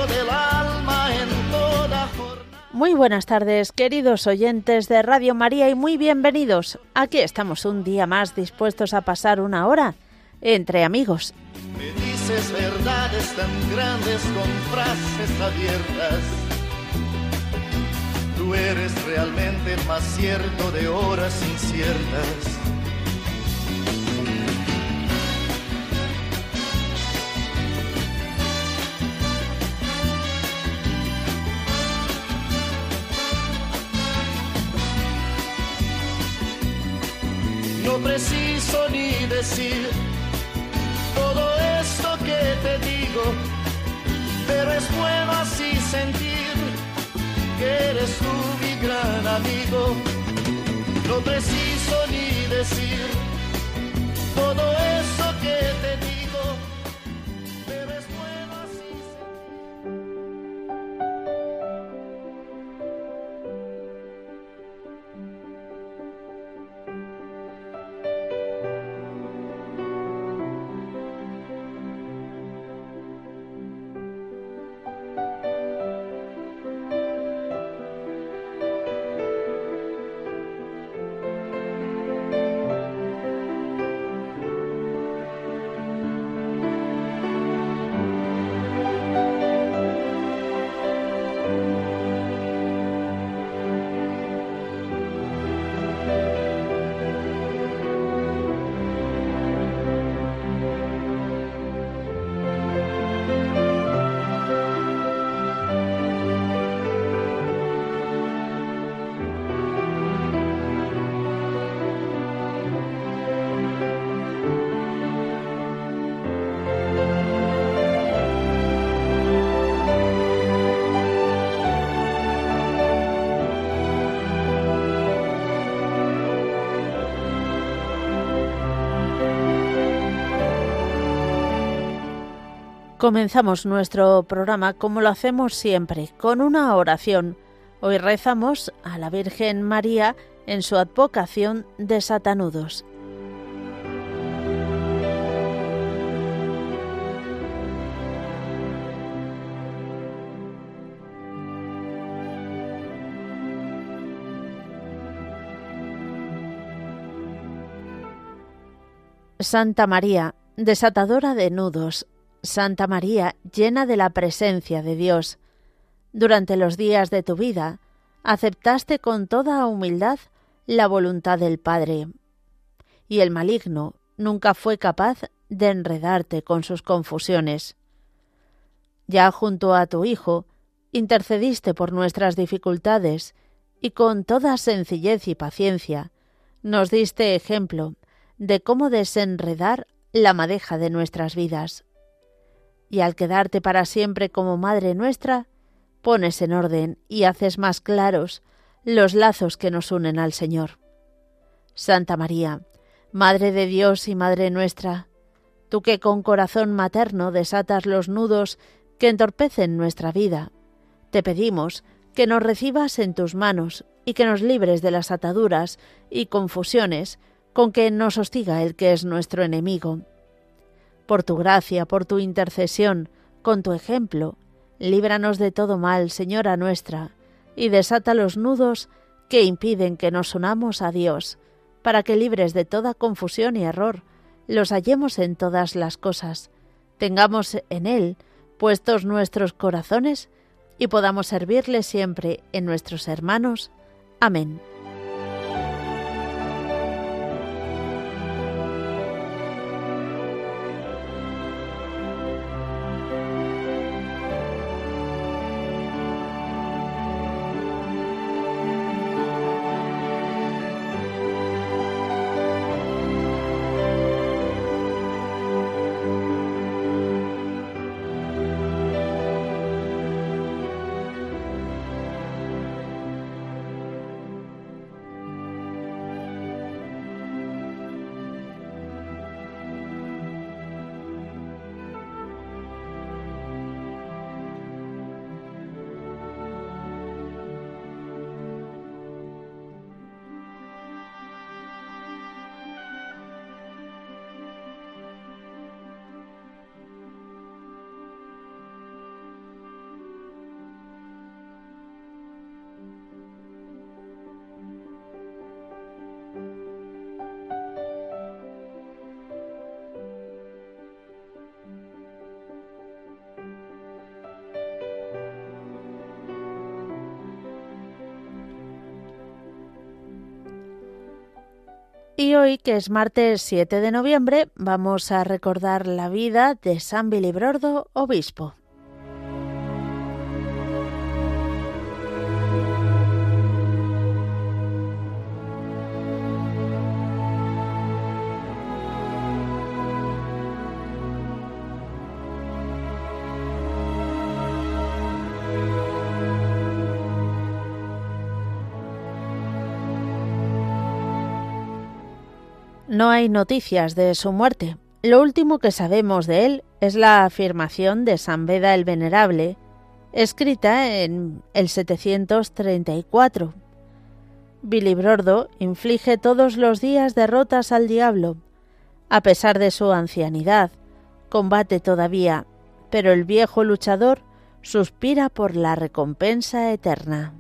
del alma en toda jornada. Muy buenas tardes, queridos oyentes de Radio María, y muy bienvenidos. Aquí estamos un día más dispuestos a pasar una hora entre amigos. Me dices verdades tan grandes con frases abiertas. Tú eres realmente más cierto de horas inciertas. No preciso ni decir todo esto que te digo, pero es bueno así sentir que eres tú mi gran amigo. No preciso ni decir todo eso que te digo, pero es bueno así Comenzamos nuestro programa como lo hacemos siempre, con una oración. Hoy rezamos a la Virgen María en su advocación de satanudos. Santa María, desatadora de nudos, Santa María, llena de la presencia de Dios, durante los días de tu vida, aceptaste con toda humildad la voluntad del Padre, y el maligno nunca fue capaz de enredarte con sus confusiones. Ya junto a tu Hijo, intercediste por nuestras dificultades, y con toda sencillez y paciencia, nos diste ejemplo de cómo desenredar la madeja de nuestras vidas. Y al quedarte para siempre como Madre nuestra, pones en orden y haces más claros los lazos que nos unen al Señor. Santa María, Madre de Dios y Madre nuestra, tú que con corazón materno desatas los nudos que entorpecen nuestra vida, te pedimos que nos recibas en tus manos y que nos libres de las ataduras y confusiones con que nos hostiga el que es nuestro enemigo. Por tu gracia, por tu intercesión, con tu ejemplo, líbranos de todo mal, Señora nuestra, y desata los nudos que impiden que nos unamos a Dios, para que libres de toda confusión y error, los hallemos en todas las cosas, tengamos en Él puestos nuestros corazones y podamos servirle siempre en nuestros hermanos. Amén. Y hoy, que es martes 7 de noviembre, vamos a recordar la vida de San Vilibrordo, obispo. No hay noticias de su muerte. Lo último que sabemos de él es la afirmación de San Beda el Venerable, escrita en el 734. Vilibrordo inflige todos los días derrotas al diablo. A pesar de su ancianidad, combate todavía, pero el viejo luchador suspira por la recompensa eterna.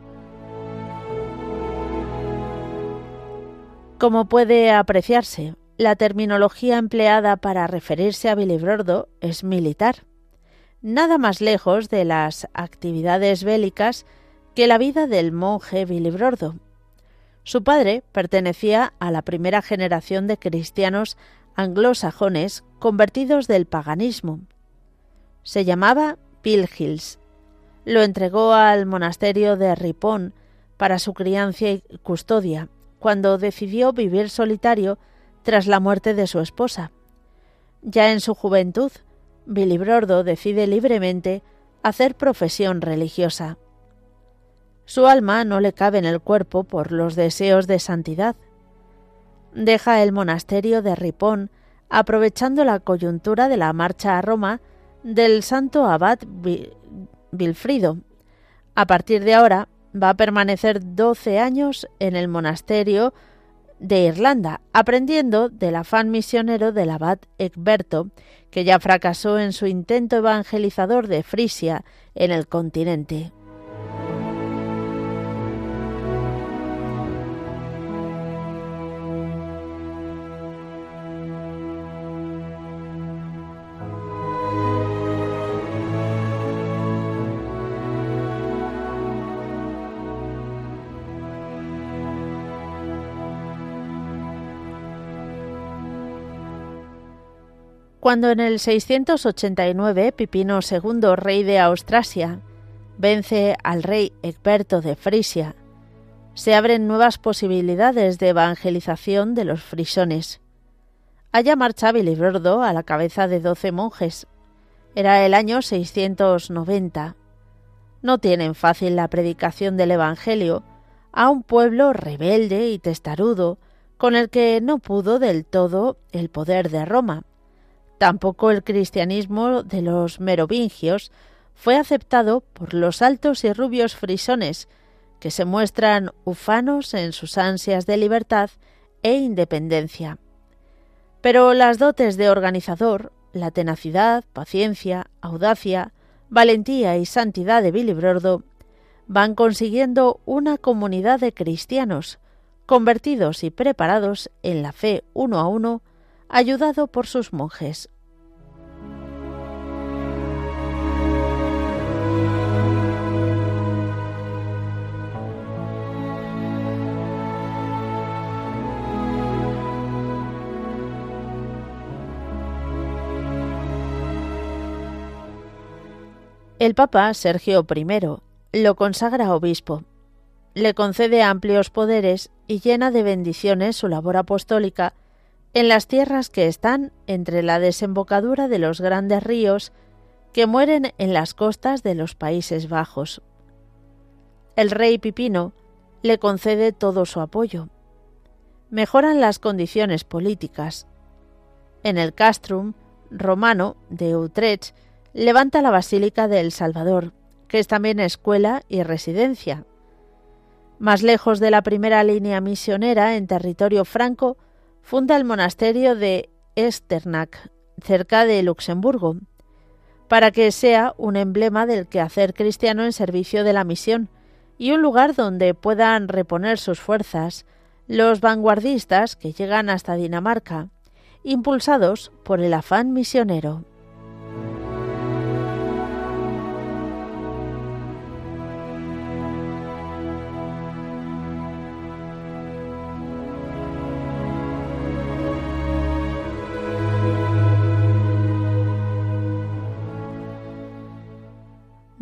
Como puede apreciarse, la terminología empleada para referirse a Vilibrordo es militar, nada más lejos de las actividades bélicas que la vida del monje Vilibrordo. Su padre pertenecía a la primera generación de cristianos anglosajones convertidos del paganismo. Se llamaba Vilgils. Lo entregó al monasterio de Ripon para su crianza y custodia, cuando decidió vivir solitario tras la muerte de su esposa. Ya en su juventud, Vilibrordo decide libremente hacer profesión religiosa. Su alma no le cabe en el cuerpo por los deseos de santidad. Deja el monasterio de Ripon, aprovechando la coyuntura de la marcha a Roma del santo abad Vilfrido. A partir de ahora, va a permanecer 12 años en el monasterio de Irlanda, aprendiendo del afán misionero del abad Egberto, que ya fracasó en su intento evangelizador de Frisia en el continente. Cuando en el 689 Pipino II, rey de Austrasia, vence al rey Egberto de Frisia, se abren nuevas posibilidades de evangelización de los frisones. Allá marcha Vilibrordo a la cabeza de 12 monjes. Era el año 690. No tienen fácil la predicación del Evangelio a un pueblo rebelde y testarudo, con el que no pudo del todo el poder de Roma. Tampoco el cristianismo de los merovingios fue aceptado por los altos y rubios frisones, que se muestran ufanos en sus ansias de libertad e independencia. Pero las dotes de organizador, la tenacidad, paciencia, audacia, valentía y santidad de Vilibrordo van consiguiendo una comunidad de cristianos, convertidos y preparados en la fe uno a uno, ayudado por sus monjes. El Papa Sergio I lo consagra obispo, le concede amplios poderes y llena de bendiciones su labor apostólica en las tierras que están entre la desembocadura de los grandes ríos que mueren en las costas de los Países Bajos. El rey Pipino le concede todo su apoyo. Mejoran las condiciones políticas. En el castrum romano de Utrecht levanta la Basílica de El Salvador, que es también escuela y residencia. Más lejos de la primera línea misionera en territorio franco, funda el monasterio de Echternach, cerca de Luxemburgo, para que sea un emblema del quehacer cristiano en servicio de la misión y un lugar donde puedan reponer sus fuerzas los vanguardistas que llegan hasta Dinamarca, impulsados por el afán misionero.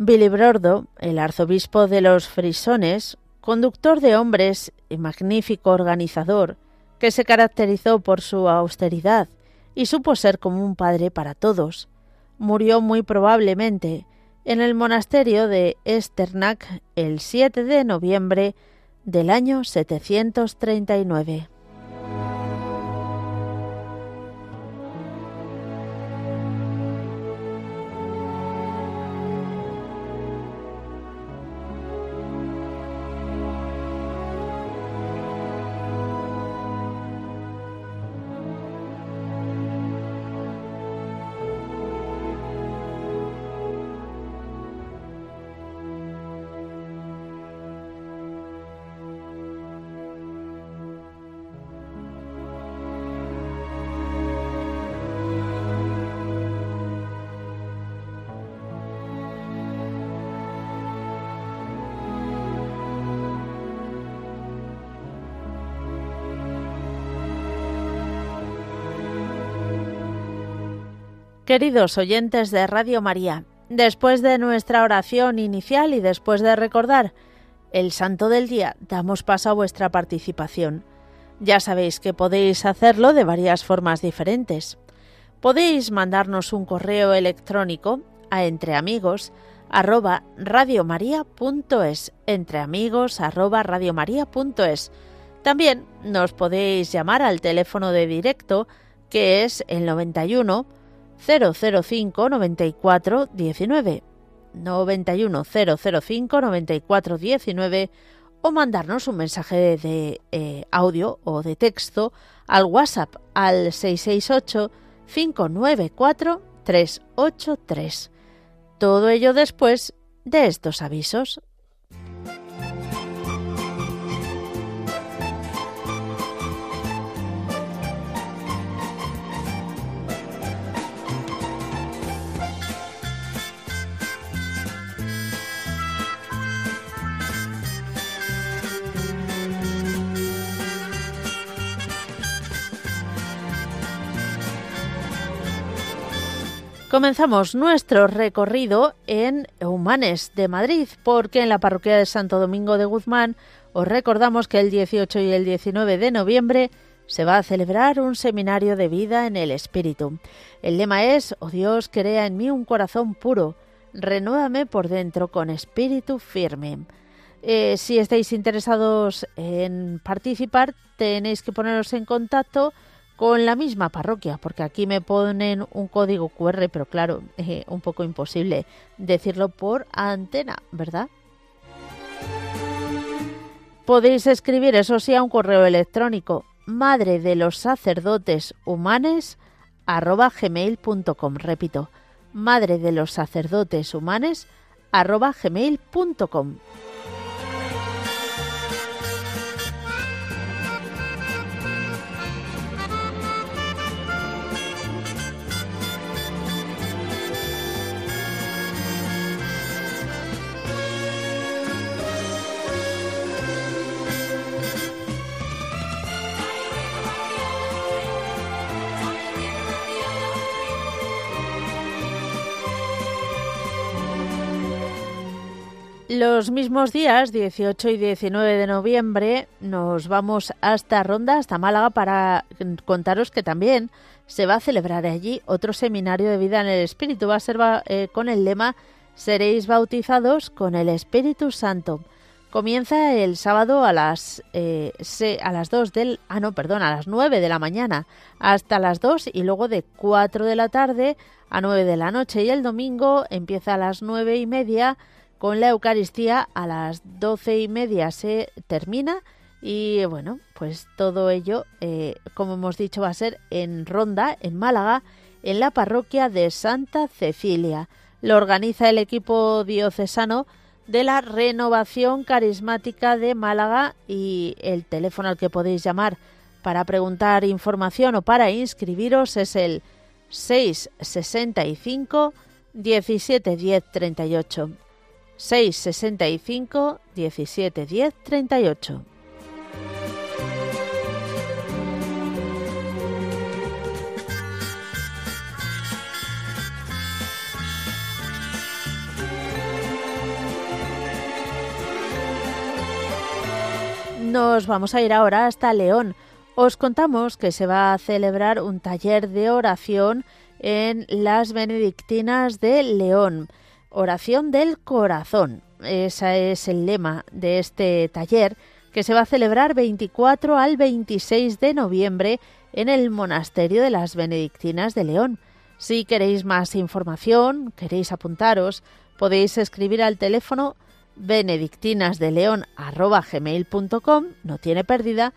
Villibrordo, el arzobispo de los frisones, conductor de hombres y magnífico organizador, que se caracterizó por su austeridad y supo ser como un padre para todos, murió muy probablemente en el monasterio de Echternach el 7 de noviembre del año 739. Queridos oyentes de Radio María, después de nuestra oración inicial y después de recordar el santo del día, damos paso a vuestra participación. Ya sabéis que podéis hacerlo de varias formas diferentes. Podéis mandarnos un correo electrónico a entreamigos@radiomaria.es, entreamigos@radiomaria.es. También nos podéis llamar al teléfono de directo, que es el 91 005 94 19, 91 005 94 19, o mandarnos un mensaje de audio o de texto al WhatsApp al 668 594 383. Todo ello después de estos avisos. Comenzamos nuestro recorrido en Humanes de Madrid, porque en la parroquia de Santo Domingo de Guzmán os recordamos que el 18 y el 19 de noviembre se va a celebrar un seminario de vida en el Espíritu. El lema es: «Oh Dios, crea en mí un corazón puro, renuévame por dentro con espíritu firme». Si estáis interesados en participar, tenéis que poneros en contacto con la misma parroquia, porque aquí me ponen un código QR, pero claro, un poco imposible decirlo por antena, ¿verdad? Podéis escribir, eso sí, a un correo electrónico: madredelossacerdotesumanes@gmail.com. Repito, madredelossacerdotesumanes@gmail.com. Los mismos días, 18 y 19 de noviembre, nos vamos hasta Ronda, hasta Málaga, para contaros que también se va a celebrar allí otro seminario de vida en el Espíritu. Va a ser con el lema «Seréis bautizados con el Espíritu Santo». Comienza el sábado a las 9 de la mañana hasta las 2, y luego de 4 de la tarde a 9 de la noche. Y el domingo empieza a las 9:30 con la Eucaristía, a las 12:30 se termina, y bueno, pues todo ello, como hemos dicho, va a ser en Ronda, en Málaga, en la parroquia de Santa Cecilia. Lo organiza el equipo diocesano de la Renovación Carismática de Málaga, y el teléfono al que podéis llamar para preguntar información o para inscribiros es el 665 17 10 38. 665 17 10 38. Nos vamos a ir ahora hasta León. Os contamos que se va a celebrar un taller de oración en las Benedictinas de León. Oración del corazón. Ese es el lema de este taller, que se va a celebrar 24 al 26 de noviembre en el Monasterio de las Benedictinas de León. Si queréis más información, queréis apuntaros, podéis escribir al teléfono benedictinasdeleon@gmail.com, no tiene pérdida,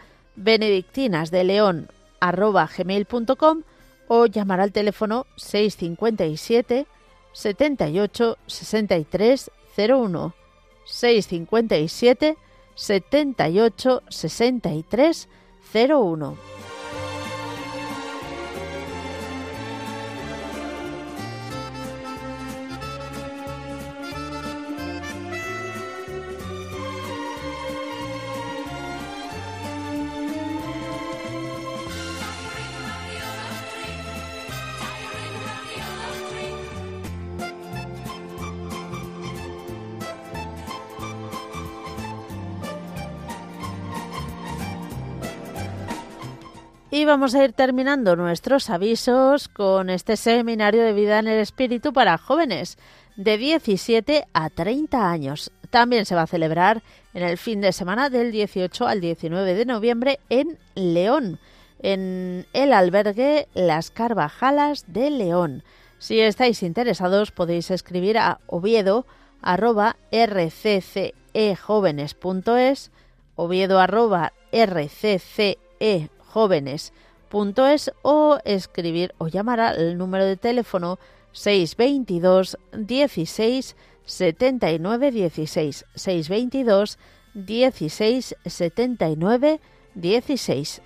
benedictinasdeleon@gmail.com, o llamar al teléfono 657 78 63 01, 657 78 63 01. Y vamos a ir terminando nuestros avisos con este seminario de vida en el espíritu para jóvenes de 17 a 30 años. También se va a celebrar en el fin de semana del 18 al 19 de noviembre en León, en el albergue Las Carvajalas de León. Si estáis interesados podéis escribir a oviedo@rccejovenes.es, oviedo@rccejovenes.es, o escribir o llamar al número de teléfono 622 16 79 16, 622 16 79 16.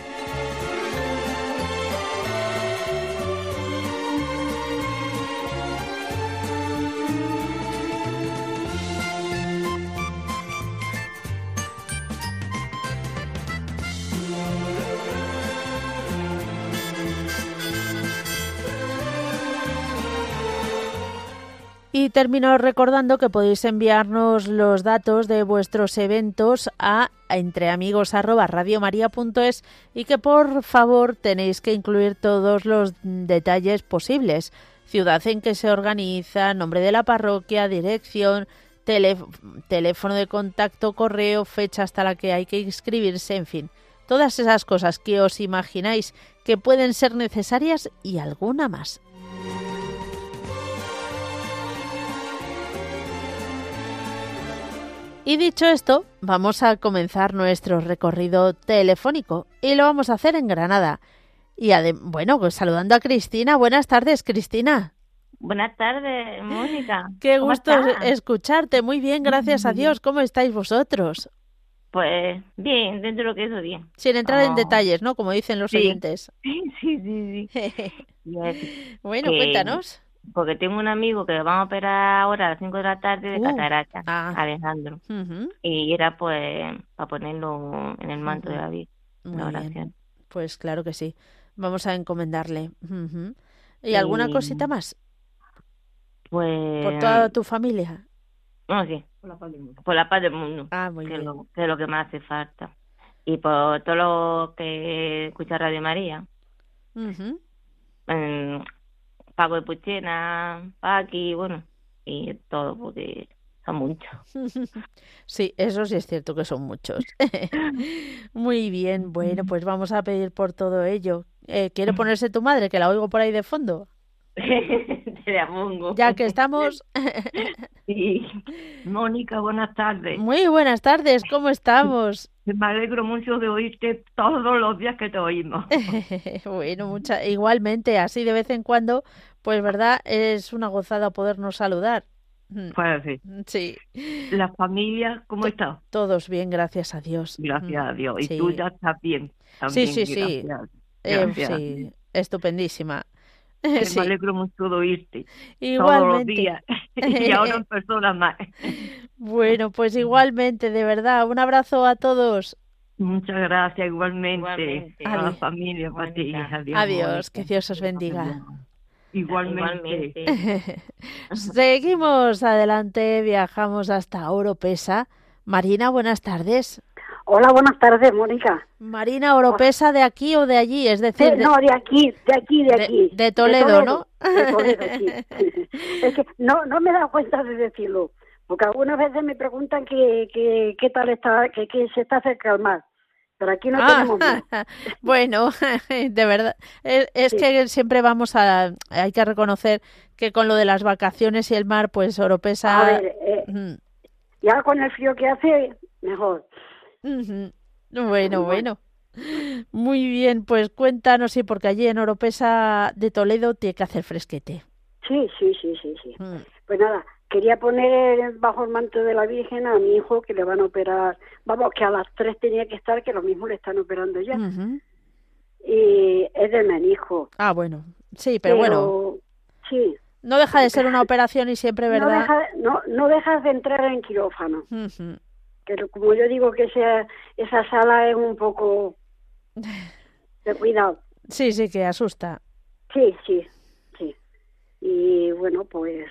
Y termino recordando que podéis enviarnos los datos de vuestros eventos a entreamigos@radiomaria.es y que por favor tenéis que incluir todos los detalles posibles. Ciudad en que se organiza, nombre de la parroquia, dirección, teléfono de contacto, correo, fecha hasta la que hay que inscribirse, en fin. Todas esas cosas que os imagináis que pueden ser necesarias y alguna más. Y dicho esto, vamos a comenzar nuestro recorrido telefónico y lo vamos a hacer en Granada. Y bueno, pues saludando a Cristina. Buenas tardes, Cristina. Buenas tardes, Mónica. Qué gusto escucharte. Muy bien, gracias a Dios. ¿Cómo estáis vosotros? Pues bien, dentro de lo que es bien. Sin entrar en detalles, ¿no? Como dicen los oyentes. Sí. Bueno, cuéntanos. Porque tengo un amigo que lo van a operar ahora a las 5 de la tarde de catarata, Alejandro. Y era pues para ponerlo en el manto de la vida, la oración. Bien. Pues claro que sí. Vamos a encomendarle. ¿Y alguna cosita más? Pues... ¿Por toda tu familia? No, sí. Por la paz del mundo. Muy bien. Que es lo que más hace falta. Y por todo lo que escucha Radio María. Paco de Puchena, Paqui, bueno, y todo, porque son muchos. Sí, eso sí es cierto que son muchos. Muy bien, bueno, pues vamos a pedir por todo ello. ¿Quiere ponerse tu madre, que la oigo por ahí de fondo? Te la pongo. Ya que estamos. Sí. Mónica, buenas tardes. Muy buenas tardes, ¿cómo estamos? Me alegro mucho de oírte todos los días que te oímos. Bueno, igualmente, así de vez en cuando, pues verdad, es una gozada podernos saludar. Pues sí. Sí. ¿La familia cómo está? Todos bien, gracias a Dios. Gracias a Dios. Y sí. tú ya estás bien. También, Sí. Gracias. Sí, estupendísima. Me alegro mucho de oírte. Igualmente. Todos los días. Y ahora en persona más. Bueno, pues igualmente, de verdad. Un abrazo a todos. Muchas gracias, igualmente. A la familia, para ti. Adiós, que Dios os bendiga. Igualmente. Seguimos adelante, viajamos hasta Oropesa. Marina, buenas tardes. Hola, buenas tardes, Mónica. Marina Oropesa, ¿de aquí o de allí? Es decir, no, de aquí. De Toledo, ¿no? De Toledo, sí. Es que no me he dado cuenta de decirlo, porque algunas veces me preguntan qué tal está, que se está cerca al mar. Pero aquí no tenemos mar. Bueno, de verdad, es sí. Que siempre hay que reconocer que con lo de las vacaciones y el mar, pues Oropesa... A ver, ya con el frío que hace, mejor. Bueno. Muy bien, pues cuéntanos, sí, porque allí en Oropesa de Toledo tiene que hacer fresquete. Sí. Pues nada, quería poner bajo el manto de la Virgen a mi hijo, que le van a operar, vamos, que a las 3 tenía que estar, que lo mismo le están operando ya. Y es de menisco. Bueno, sí, pero bueno. Sí. No deja de ser una operación y siempre, ¿verdad? No dejas de entrar en quirófano. Que como yo digo que esa sala es un poco de cuidado. Sí, que asusta. Sí. Y bueno, pues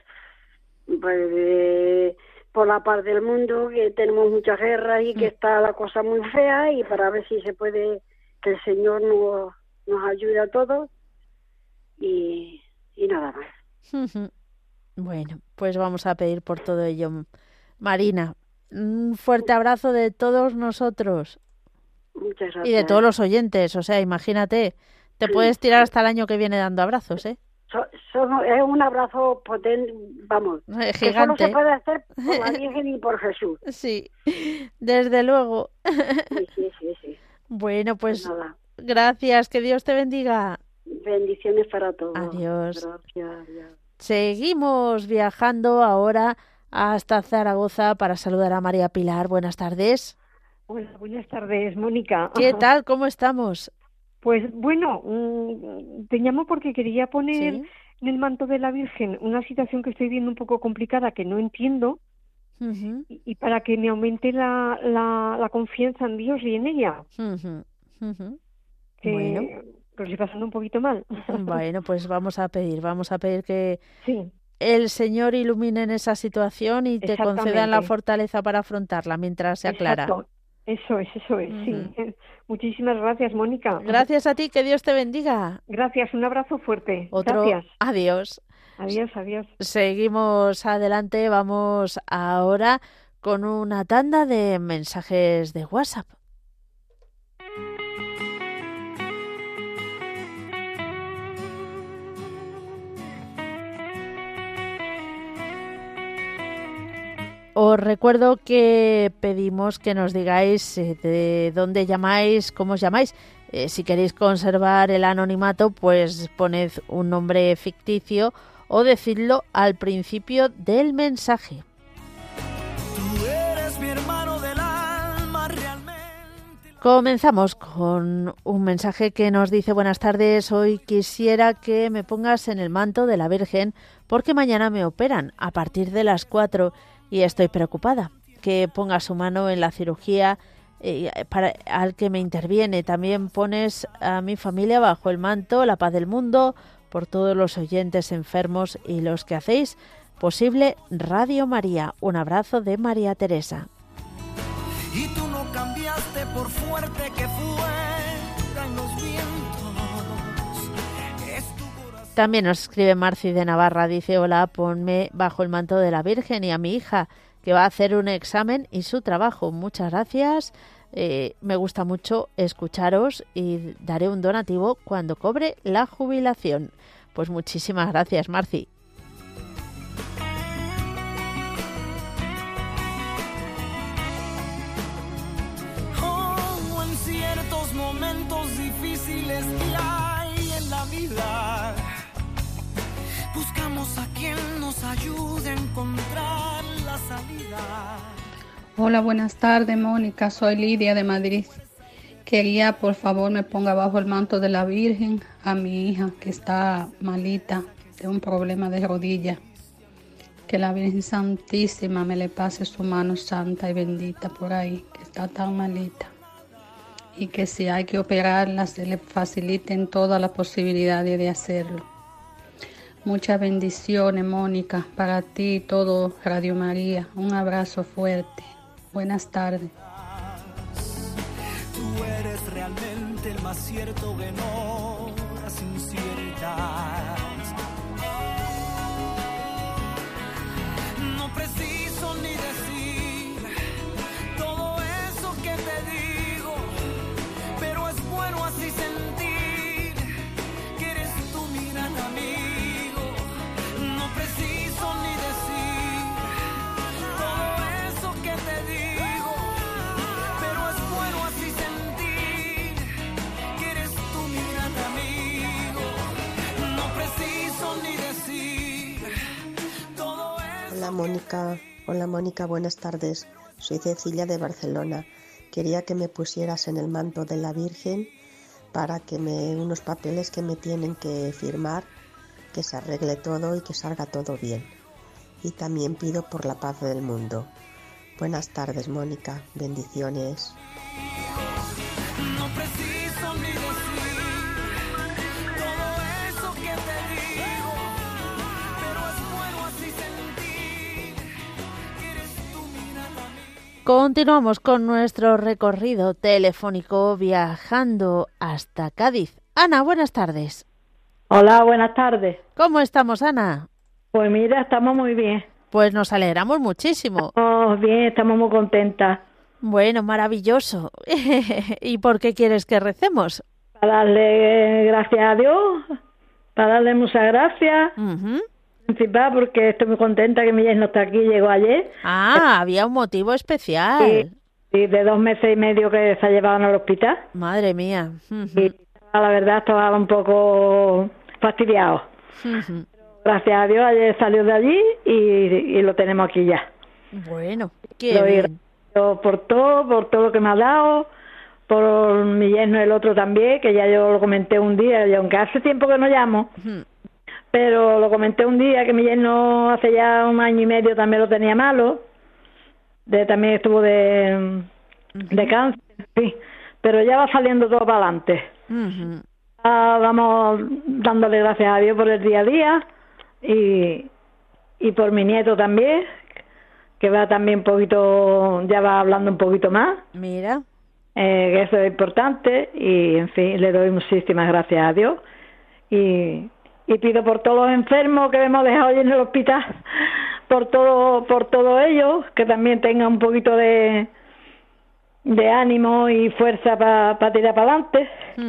por la parte del mundo que tenemos muchas guerras y que está la cosa muy fea, y para ver si se puede, que el Señor nos ayude a todos y nada más. Bueno, pues vamos a pedir por todo ello. Marina, un fuerte abrazo de todos nosotros. Muchas gracias. Y de todos los oyentes, o sea, imagínate, te puedes tirar hasta el año que viene dando abrazos, ¿eh? Es un abrazo potente, vamos, gigante. Que solo se puede hacer por la Virgen y por Jesús. Sí, desde luego. Sí. Bueno, pues gracias, que Dios te bendiga. Bendiciones para todos. Adiós. Gracias. Seguimos viajando ahora hasta Zaragoza para saludar a María Pilar. Buenas tardes. Hola, buenas tardes, Mónica. ¿Qué tal? ¿Cómo estamos? Pues bueno, te llamo porque quería poner en el manto de la Virgen una situación que estoy viendo un poco complicada, que no entiendo, y para que me aumente la confianza en Dios y en ella. Que bueno, lo estoy pasando un poquito mal. Bueno, pues vamos a pedir que el Señor ilumine en esa situación y te conceda la fortaleza para afrontarla mientras se aclara. Exacto. Eso es, sí. Muchísimas gracias, Mónica. Gracias a ti, que Dios te bendiga. Gracias, un abrazo fuerte. Otro, gracias. Adiós. Adiós. Seguimos adelante, vamos ahora con una tanda de mensajes de WhatsApp. Os recuerdo que pedimos que nos digáis de dónde llamáis, cómo os llamáis. Si queréis conservar el anonimato, pues poned un nombre ficticio o decidlo al principio del mensaje. Tú eres mi hermano del alma, realmente. Comenzamos con un mensaje que nos dice: buenas tardes, hoy quisiera que me pongas en el manto de la Virgen porque mañana me operan a partir de las 4 y estoy preocupada. Que ponga su mano en la cirugía al que me interviene. También pones a mi familia bajo el manto, la paz del mundo, por todos los oyentes enfermos y los que hacéis posible Radio María. Un abrazo de María Teresa. Y tú no cambiaste por fuerte que fueran los vientos. También nos escribe Marci de Navarra, dice: hola, ponme bajo el manto de la Virgen y a mi hija, que va a hacer un examen y su trabajo. Muchas gracias. Me gusta mucho escucharos y daré un donativo cuando cobre la jubilación. Pues muchísimas gracias, Marci. Oh, en ciertos momentos difíciles que hay en la vida, buscamos a quien nos ayude a encontrar la salida. Hola, buenas tardes, Mónica. Soy Lidia de Madrid. Quería, por favor, me ponga bajo el manto de la Virgen a mi hija que está malita de un problema de rodilla. Que la Virgen Santísima me le pase su mano santa y bendita por ahí, que está tan malita. Y que si hay que operarla, se le faciliten todas las posibilidades de hacerlo. Muchas bendiciones, Mónica, para ti y todo Radio María. Un abrazo fuerte. Buenas tardes. el más cierto que no las inciertas. No preciso ni decir todo eso que te digo, pero es bueno así sentir que eres tú mi gran amigo. No preciso ni decir todo eso que te digo, pero es bueno así sentir que eres tú mi gran amigo. No preciso ni decir todo eso. Hola Mónica, buenas tardes. Soy Cecilia de Barcelona. Quería que me pusieras en el manto de la Virgen para que unos papeles que me tienen que firmar, que se arregle todo y que salga todo bien. Y también pido por la paz del mundo. Buenas tardes, Mónica. Bendiciones. No preciso ni decir todo eso que te digo, pero es bueno así sentir que eres tú mi gran amigo. Continuamos con nuestro recorrido telefónico viajando hasta Cádiz. Ana, buenas tardes. Hola, buenas tardes. ¿Cómo estamos, Ana? Pues mira, estamos muy bien. Pues nos alegramos muchísimo. Oh, bien, estamos muy contentas. Bueno, maravilloso. ¿Y por qué quieres que recemos? Para darle gracias a Dios, para darle muchas gracias. Principal, porque estoy muy contenta que mi yerno está aquí, llegó ayer. Ah, había un motivo especial. Sí, de 2 meses y medio que se ha llevado al hospital. Madre mía. Y la verdad estaba un poco fastidiado. Gracias a Dios ayer salió de allí y lo tenemos aquí ya. Bueno, qué bien. Por todo lo que me ha dado, por mi yerno y el otro también, que ya yo lo comenté un día, y aunque hace tiempo que no llamo, pero lo comenté un día que mi yerno hace ya 1 año y medio también lo tenía malo, también estuvo de cáncer, sí, pero ya va saliendo todo para adelante. Vamos dándole gracias a Dios por el día a día y por mi nieto también, que va también un poquito, ya va hablando un poquito más. Mira. Que eso es importante y, en fin, le doy muchísimas gracias a Dios y pido por todos los enfermos que hemos dejado hoy en el hospital, por todo ellos, que también tengan un poquito de ánimo y fuerza para tirar para adelante.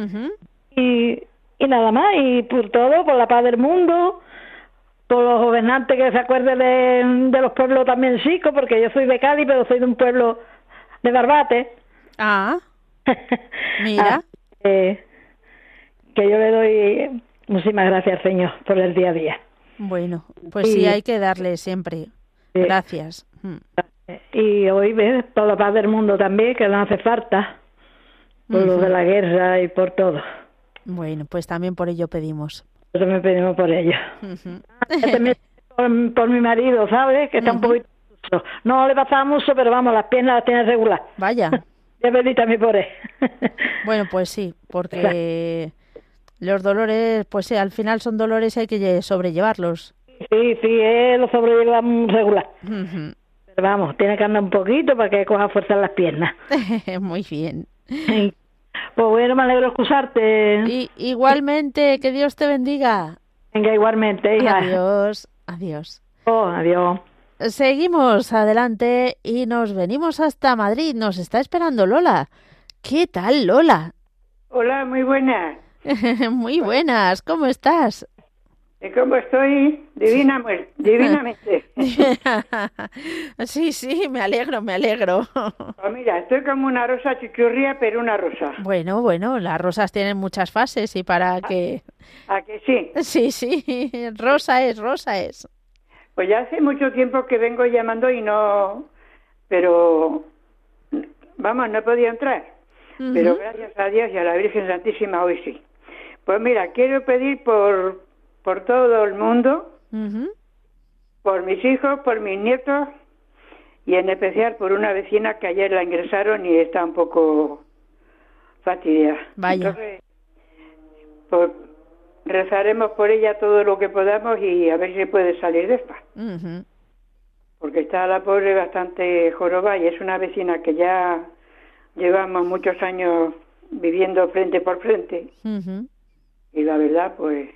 Y nada más, y por todo, por la paz del mundo, por los gobernantes que se acuerden de los pueblos también chicos, porque yo soy de Cádiz, pero soy de un pueblo de Barbate. Ah, mira. Que yo le doy muchísimas gracias, Señor, por el día a día. Bueno, pues sí, hay que darle siempre gracias. Y hoy ves por la paz del mundo también, que no hace falta, por lo de la guerra y por todo. Bueno, pues también por ello pedimos. También pedimos por ello. También por mi marido, ¿sabes? Que está un poquito... No le pasaba mucho, pero vamos, las piernas las tiene regular. Vaya. Ya pedí también por él. Bueno, pues sí, porque los dolores, pues sí, al final son dolores y hay que sobrellevarlos. Sí, él lo sobrelleva regular. Pero vamos, tiene que andar un poquito para que coja fuerza en las piernas. Muy bien. Pues bueno, me alegro de escucharte. Y igualmente, que Dios te bendiga. Venga, igualmente, hija. Adiós. Oh, adiós. Seguimos adelante y nos venimos hasta Madrid. Nos está esperando Lola. ¿Qué tal, Lola? Hola, muy buenas. Muy buenas, ¿cómo estás? ¿Cómo estoy? Divinamente. Sí, me alegro. Pues mira, estoy como una rosa chichurría, pero una rosa. Bueno, las rosas tienen muchas fases y para que... ¿A que sí? Sí, rosa es. Pues ya hace mucho tiempo que vengo llamando y no... Pero, vamos, no he podido entrar. Pero gracias a Dios y a la Virgen Santísima hoy sí. Pues mira, quiero pedir por todo el mundo, por mis hijos, por mis nietos y en especial por una vecina que ayer la ingresaron y está un poco fastidiada. Vaya. Entonces, pues rezaremos por ella todo lo que podamos y a ver si puede salir de esta. Porque está la pobre bastante jorobada y es una vecina que ya llevamos muchos años viviendo frente por frente. Y la verdad, pues,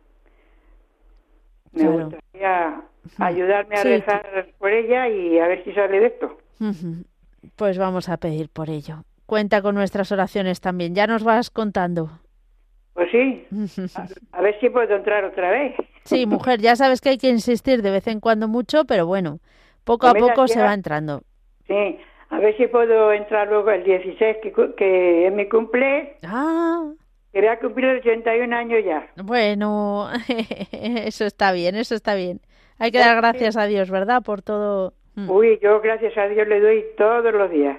me gustaría ayudarme a rezar por ella y a ver si sale de esto. Pues vamos a pedir por ello. Cuenta con nuestras oraciones también. Ya nos vas contando. Pues sí, a ver si puedo entrar otra vez. Sí, mujer, ya sabes que hay que insistir de vez en cuando mucho, pero bueno, poco a poco se va entrando. Sí, a ver si puedo entrar luego el 16, que es mi cumple. Que voy a cumplir 81 años ya. Bueno, eso está bien, eso está bien. Hay que dar gracias a Dios, ¿verdad? Por todo. Uy, yo gracias a Dios le doy todos los días.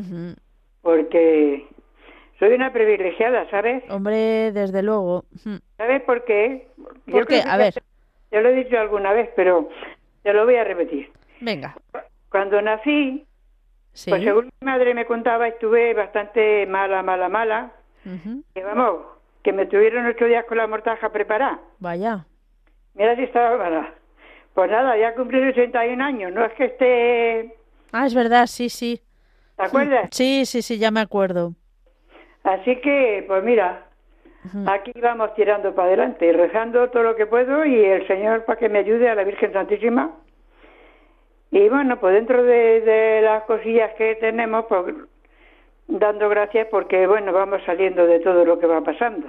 Porque soy una privilegiada, ¿sabes? Hombre, desde luego. ¿Sabes por qué? ¿Por qué? A ver. Te lo he dicho alguna vez, pero te lo voy a repetir. Venga. Cuando nací, pues según mi madre me contaba, estuve bastante mala. Que vamos, que me tuvieron 8 días con la mortaja preparada. Vaya. Mira si estaba mala. Pues nada, ya cumplí 81 años, no es que esté... Es verdad, sí. ¿Te acuerdas? Sí, ya me acuerdo. Así que, pues mira, aquí vamos tirando para adelante, rezando todo lo que puedo y el Señor para que me ayude a la Virgen Santísima. Y bueno, pues dentro de las cosillas que tenemos, pues dando gracias porque, bueno, vamos saliendo de todo lo que va pasando.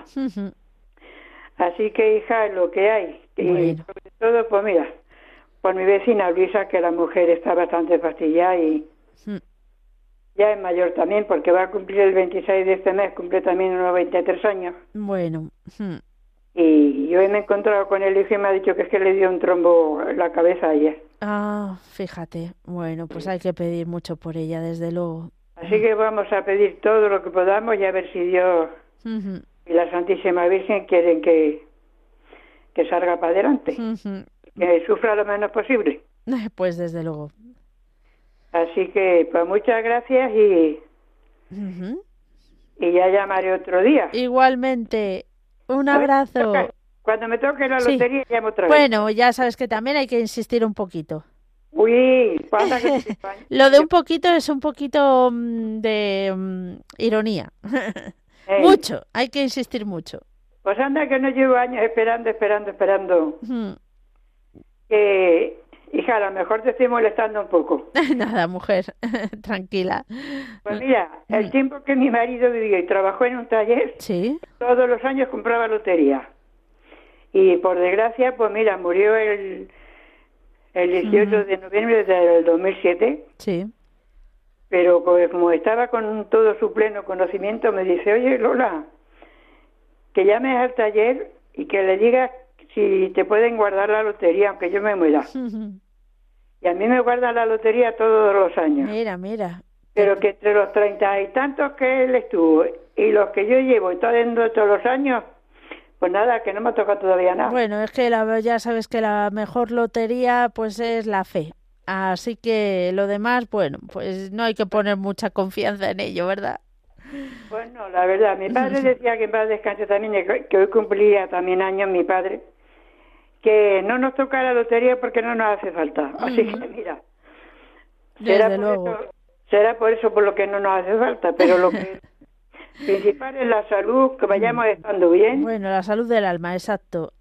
Así que, hija, es lo que hay. Y sobre todo, pues mira, por mi vecina Luisa, que la mujer está bastante fastidiada y ya es mayor también, porque va a cumplir el 26 de este mes, cumple también unos 23 años. Bueno. Y yo me he encontrado con el hijo y me ha dicho que es que le dio un trombo en la cabeza ayer. Fíjate. Bueno, pues hay que pedir mucho por ella, desde luego. Así que vamos a pedir todo lo que podamos y a ver si Dios y la Santísima Virgen quieren que salga para adelante, que sufra lo menos posible. Pues desde luego. Así que pues muchas gracias y ya llamaré otro día. Igualmente, un abrazo. Cuando me toque la lotería llamo otra vez. Bueno, ya sabes que también hay que insistir un poquito. Uy, lo de un poquito es un poquito de ironía. Mucho, hay que insistir mucho. Pues anda que no llevo años esperando. Hija, a lo mejor te estoy molestando un poco. Nada, mujer, tranquila. Pues mira, el tiempo que mi marido vivió y trabajó en un taller, todos los años compraba lotería. Y por desgracia, pues mira, murió el 18 de noviembre del 2007. Sí. Pero pues, como estaba con todo su pleno conocimiento, me dice, oye, Lola, que llames al taller y que le digas si te pueden guardar la lotería, aunque yo me muera. Y a mí me guardan la lotería todos los años. Mira. Pero que entre los 30 y tantos que él estuvo y los que yo llevo todos los años, pues nada, que no me toca todavía nada. Bueno, es que ya sabes que la mejor lotería pues es la fe. Así que lo demás, bueno, pues no hay que poner mucha confianza en ello, ¿verdad? Bueno, la verdad, mi padre decía que en paz descanse también, que hoy cumplía también años mi padre, que no nos toca la lotería porque no nos hace falta. Así que mira, será por eso por lo que no nos hace falta, pero lo que principal es la salud, que vayamos estando bien. Bueno, la salud del alma, exacto.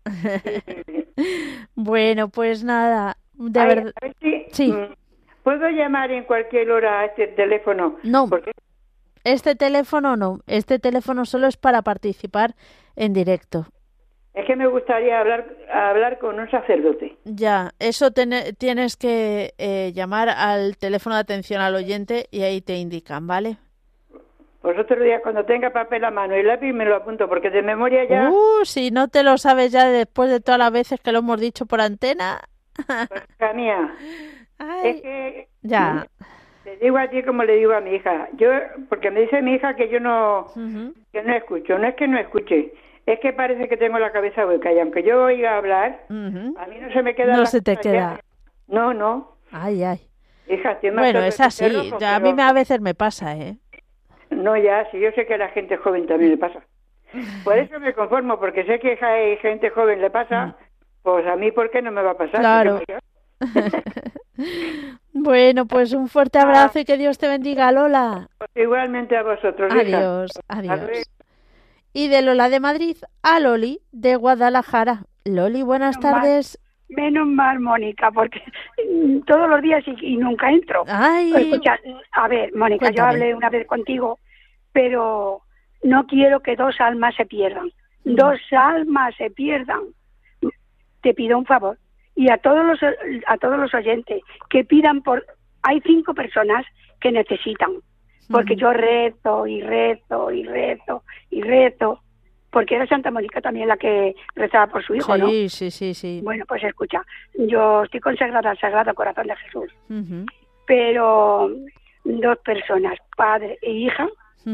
Bueno, pues nada, de verdad. A ver si, ¿puedo llamar en cualquier hora a este teléfono? No, este teléfono no. Este teléfono solo es para participar en directo. Es que me gustaría hablar con un sacerdote. Ya, eso tienes que llamar al teléfono de atención al oyente y ahí te indican, ¿vale? Pues otro día, cuando tenga papel a mano y lápiz, me lo apunto, porque de memoria ya... Si no te lo sabes ya después de todas las veces que lo hemos dicho por antena. Pues, hija mía, es que... Ya. Te digo a ti como le digo a mi hija. Porque me dice mi hija que yo no escucho. No es que no escuche, es que parece que tengo la cabeza hueca. Y aunque yo oiga hablar, a mí no se me queda... No se te queda. Ya. No. Ay. Hija, estoy más... Bueno, es así. Rojo, a mí a veces me pasa, ¿eh? No, ya, sí, yo sé que a la gente joven también le pasa. Por eso me conformo, porque sé que a gente joven le pasa, pues a mí, ¿por qué no me va a pasar? Claro. Bueno, pues un fuerte abrazo y que Dios te bendiga, Lola. Igualmente a vosotros. Adiós, adiós. Y de Lola de Madrid a Loli de Guadalajara. Loli, buenas tardes. Menos mal, Mónica, porque todos los días y nunca entro. Ay. Escucha, a ver, Mónica, cuéntame. Yo hablé una vez contigo, pero no quiero que 2 almas se pierdan. 2 almas se pierdan. Te pido un favor. Y a todos los oyentes que pidan hay 5 personas que necesitan, porque yo rezo y rezo y rezo y rezo, porque era Santa Mónica también la que rezaba por su hijo, sí, ¿no? Sí. Bueno, pues escucha, yo estoy consagrada al Sagrado Corazón de Jesús, pero 2 personas, padre e hija,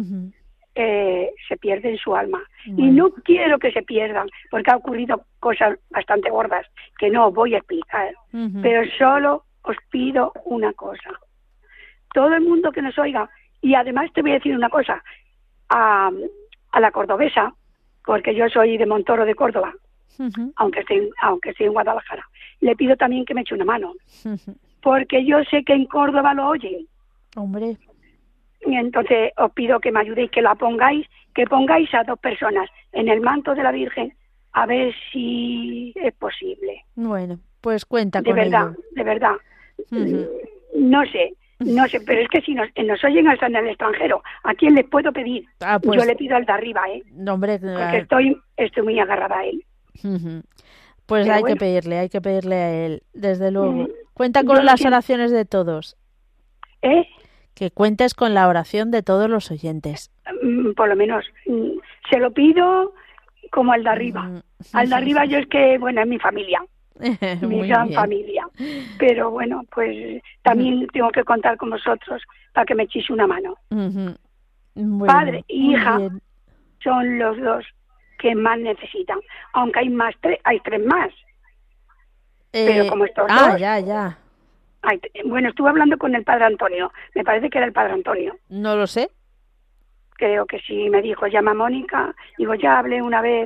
se pierden su alma. Bueno. Y no quiero que se pierdan, porque ha ocurrido cosas bastante gordas que no voy a explicar, pero solo os pido una cosa. Todo el mundo que nos oiga, y además te voy a decir una cosa, a la cordobesa, porque yo soy de Montoro de Córdoba, aunque estoy en Guadalajara, le pido también que me eche una mano, porque yo sé que en Córdoba lo oyen. Hombre. Y entonces os pido que me ayudéis, que pongáis a 2 personas en el manto de la Virgen, a ver si es posible. Bueno, pues cuenta con ello. De verdad. No sé, pero es que si nos oyen hasta en el extranjero, ¿a quién les puedo pedir? Pues, yo le pido al de arriba, No, hombre, porque estoy muy agarrada a él. Pues pero hay que pedirle a él, desde luego. Cuenta con las oraciones de todos. Que cuentes con la oración de todos los oyentes. Por lo menos, se lo pido como al de arriba. Al de arriba yo es que, bueno, es mi familia. Mi gran familia. Pero bueno, pues también tengo que contar con vosotros para que me echéis una mano. Bueno, padre y hija son los 2 que más necesitan. Aunque hay 3 más. Pero como estos 2... ya. Bueno, estuve hablando con el padre Antonio. Me parece que era el padre Antonio. No lo sé. Creo que sí, me dijo, llama a Mónica. Digo, ya hablé una vez,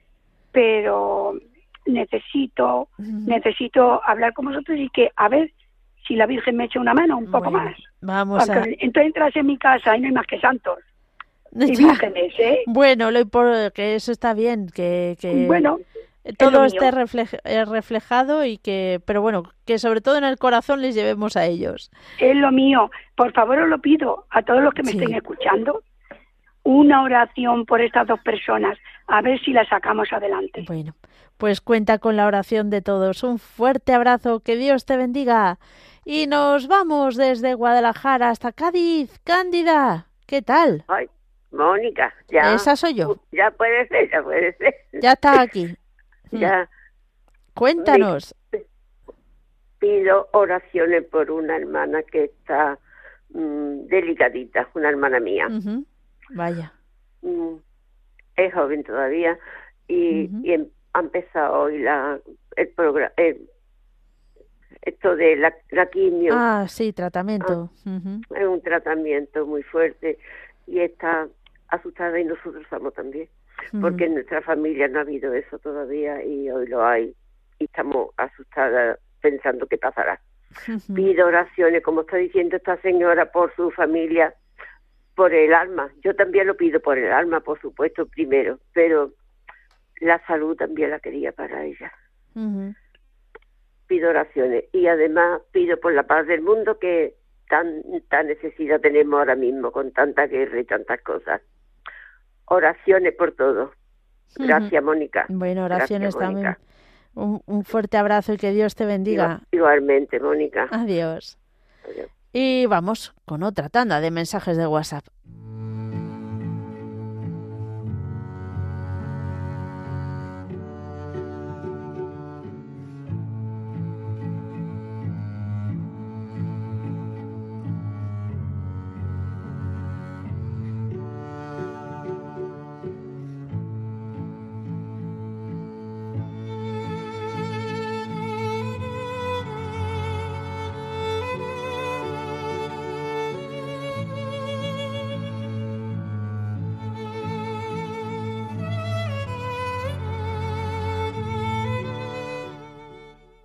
pero necesito hablar con vosotros y que, a ver, si la Virgen me echa una mano un poco más. Vamos entonces entras en mi casa y no hay más que santos y vírgenes, ¿eh? Bueno, que eso está bien, que bueno, todo esté reflejado y pero bueno, que sobre todo en el corazón les llevemos a ellos. Es lo mío. Por favor, os lo pido a todos los que me estén escuchando, una oración por estas 2 personas, a ver si las sacamos adelante. Bueno, pues cuenta con la oración de todos. Un fuerte abrazo, que Dios te bendiga. Y nos vamos desde Guadalajara hasta Cádiz. Cándida, ¿qué tal? Ay, Mónica, ya. Esa soy yo. Ya puede ser. Ya está aquí. Ya. Cuéntanos. Pido oraciones por una hermana que está delicadita, una hermana mía. Vaya. Es joven todavía y ha empezado hoy el programa, esto de la quimio. Ah, sí, tratamiento. Es un tratamiento muy fuerte y está asustada y nosotros estamos también. Porque en nuestra familia no ha habido eso todavía y hoy lo hay y estamos asustadas pensando qué pasará. Pido oraciones, como está diciendo esta señora, por su familia, por el alma. Yo también lo pido por el alma, por supuesto, primero, pero la salud también la quería para ella. Pido oraciones y además pido por la paz del mundo, que tanta necesidad tenemos ahora mismo con tanta guerra y tantas cosas. Oraciones por todo. Gracias, Mónica. Bueno, oraciones también. Un fuerte abrazo y que Dios te bendiga. Igualmente, Mónica. Adiós. Y vamos con otra tanda de mensajes de WhatsApp.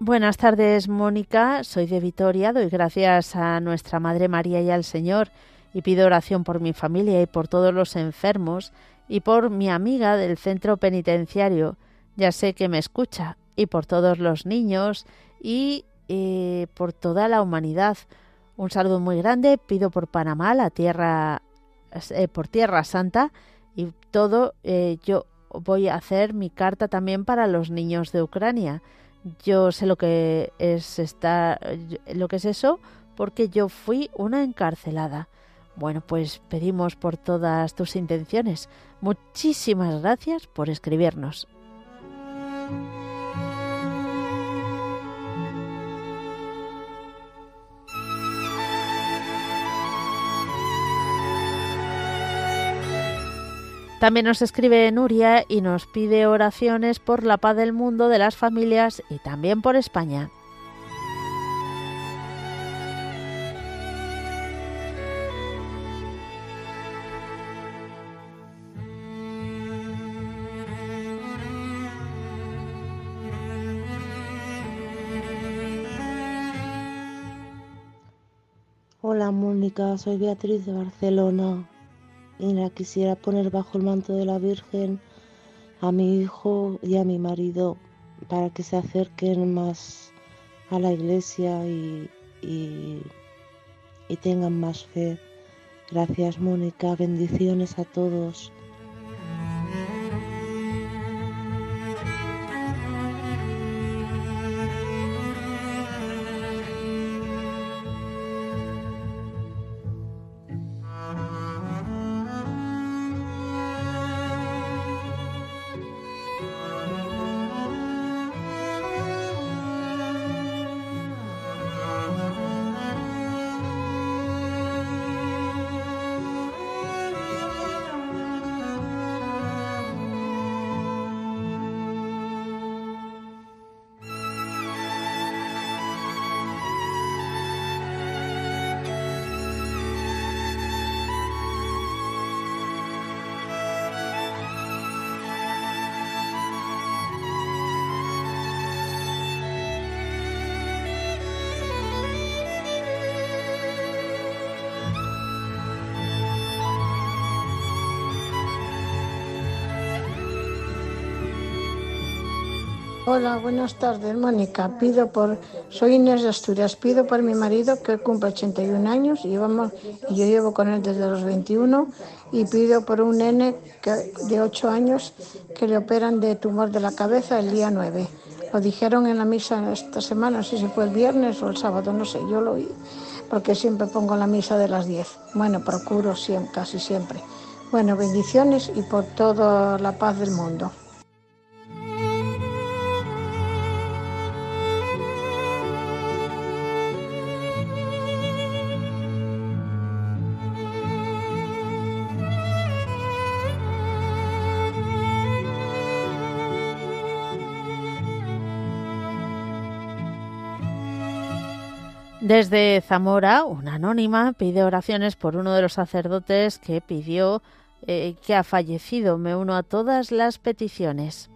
Buenas tardes, Mónica. Soy de Vitoria. Doy gracias a nuestra Madre María y al Señor y pido oración por mi familia y por todos los enfermos y por mi amiga del centro penitenciario. Ya sé que me escucha, y por todos los niños y por toda la humanidad. Un saludo muy grande. Pido por Panamá, por Tierra Santa, y todo. Yo voy a hacer mi carta también para los niños de Ucrania. Yo sé lo que es eso, porque yo fui una encarcelada. Bueno, pues pedimos por todas tus intenciones. Muchísimas gracias por escribirnos. También nos escribe Nuria y nos pide oraciones por la paz del mundo, de las familias y también por España. Hola Mónica, soy Beatriz de Barcelona. Y la quisiera poner bajo el manto de la Virgen a mi hijo y a mi marido para que se acerquen más a la iglesia y tengan más fe. Gracias Mónica, bendiciones a todos. Hola, buenas tardes, Mónica. Soy Inés de Asturias. Pido por mi marido que cumple 81 años y yo llevo con él desde los 21, y pido por un nene de 8 años que le operan de tumor de la cabeza el día 9. Lo dijeron en la misa esta semana, no sé si fue el viernes o el sábado, no sé, yo lo oí, porque siempre pongo la misa de las 10. Bueno, procuro casi siempre. Bueno, bendiciones y por toda la paz del mundo. Desde Zamora, una anónima pide oraciones por uno de los sacerdotes que pidió que ha fallecido. Me uno a todas las peticiones.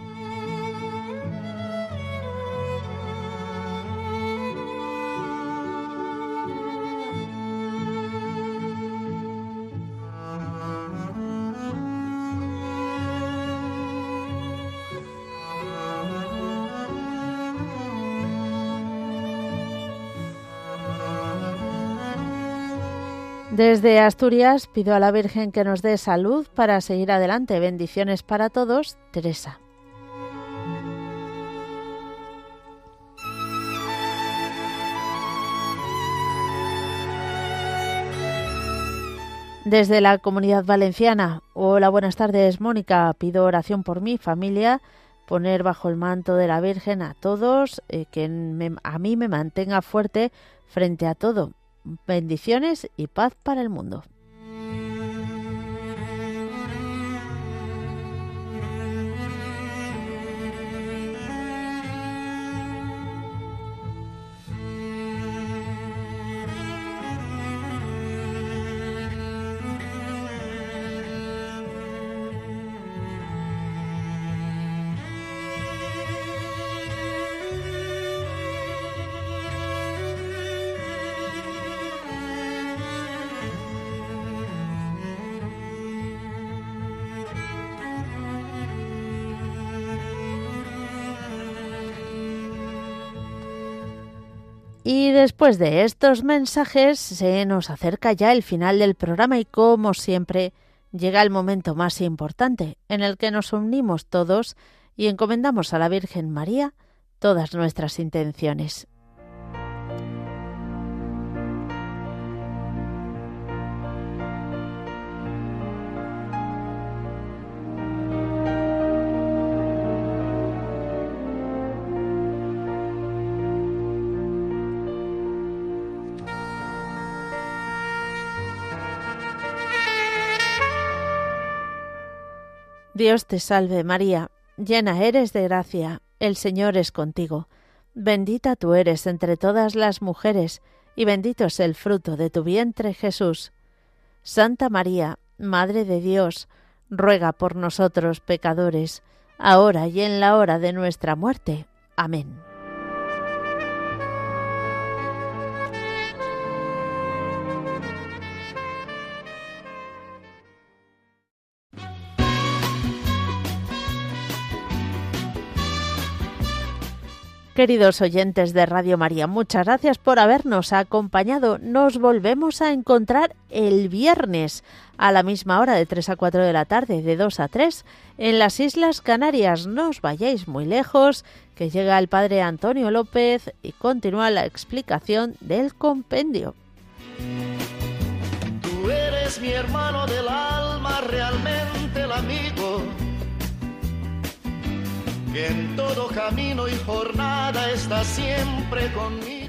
Desde Asturias pido a la Virgen que nos dé salud para seguir adelante. Bendiciones para todos, Teresa. Desde la Comunidad Valenciana, hola, buenas tardes, Mónica. Pido oración por mi familia, poner bajo el manto de la Virgen a todos, que a mí me mantenga fuerte frente a todo. Bendiciones y paz para el mundo. Y después de estos mensajes se nos acerca ya el final del programa y, como siempre, llega el momento más importante en el que nos unimos todos y encomendamos a la Virgen María todas nuestras intenciones. Dios te salve María, llena eres de gracia, el Señor es contigo. Bendita tú eres entre todas las mujeres, y bendito es el fruto de tu vientre Jesús. Santa María, Madre de Dios, ruega por nosotros pecadores, ahora y en la hora de nuestra muerte. Amén. Queridos oyentes de Radio María, muchas gracias por habernos acompañado. Nos volvemos a encontrar el viernes a la misma hora, de 3 a 4 de la tarde, de 2 a 3, en las Islas Canarias. No os vayáis muy lejos, que llega el Padre Antonio López y continúa la explicación del compendio. Tú eres mi hermano del alma, realmente el amigo, que en todo camino y jornada está siempre conmigo.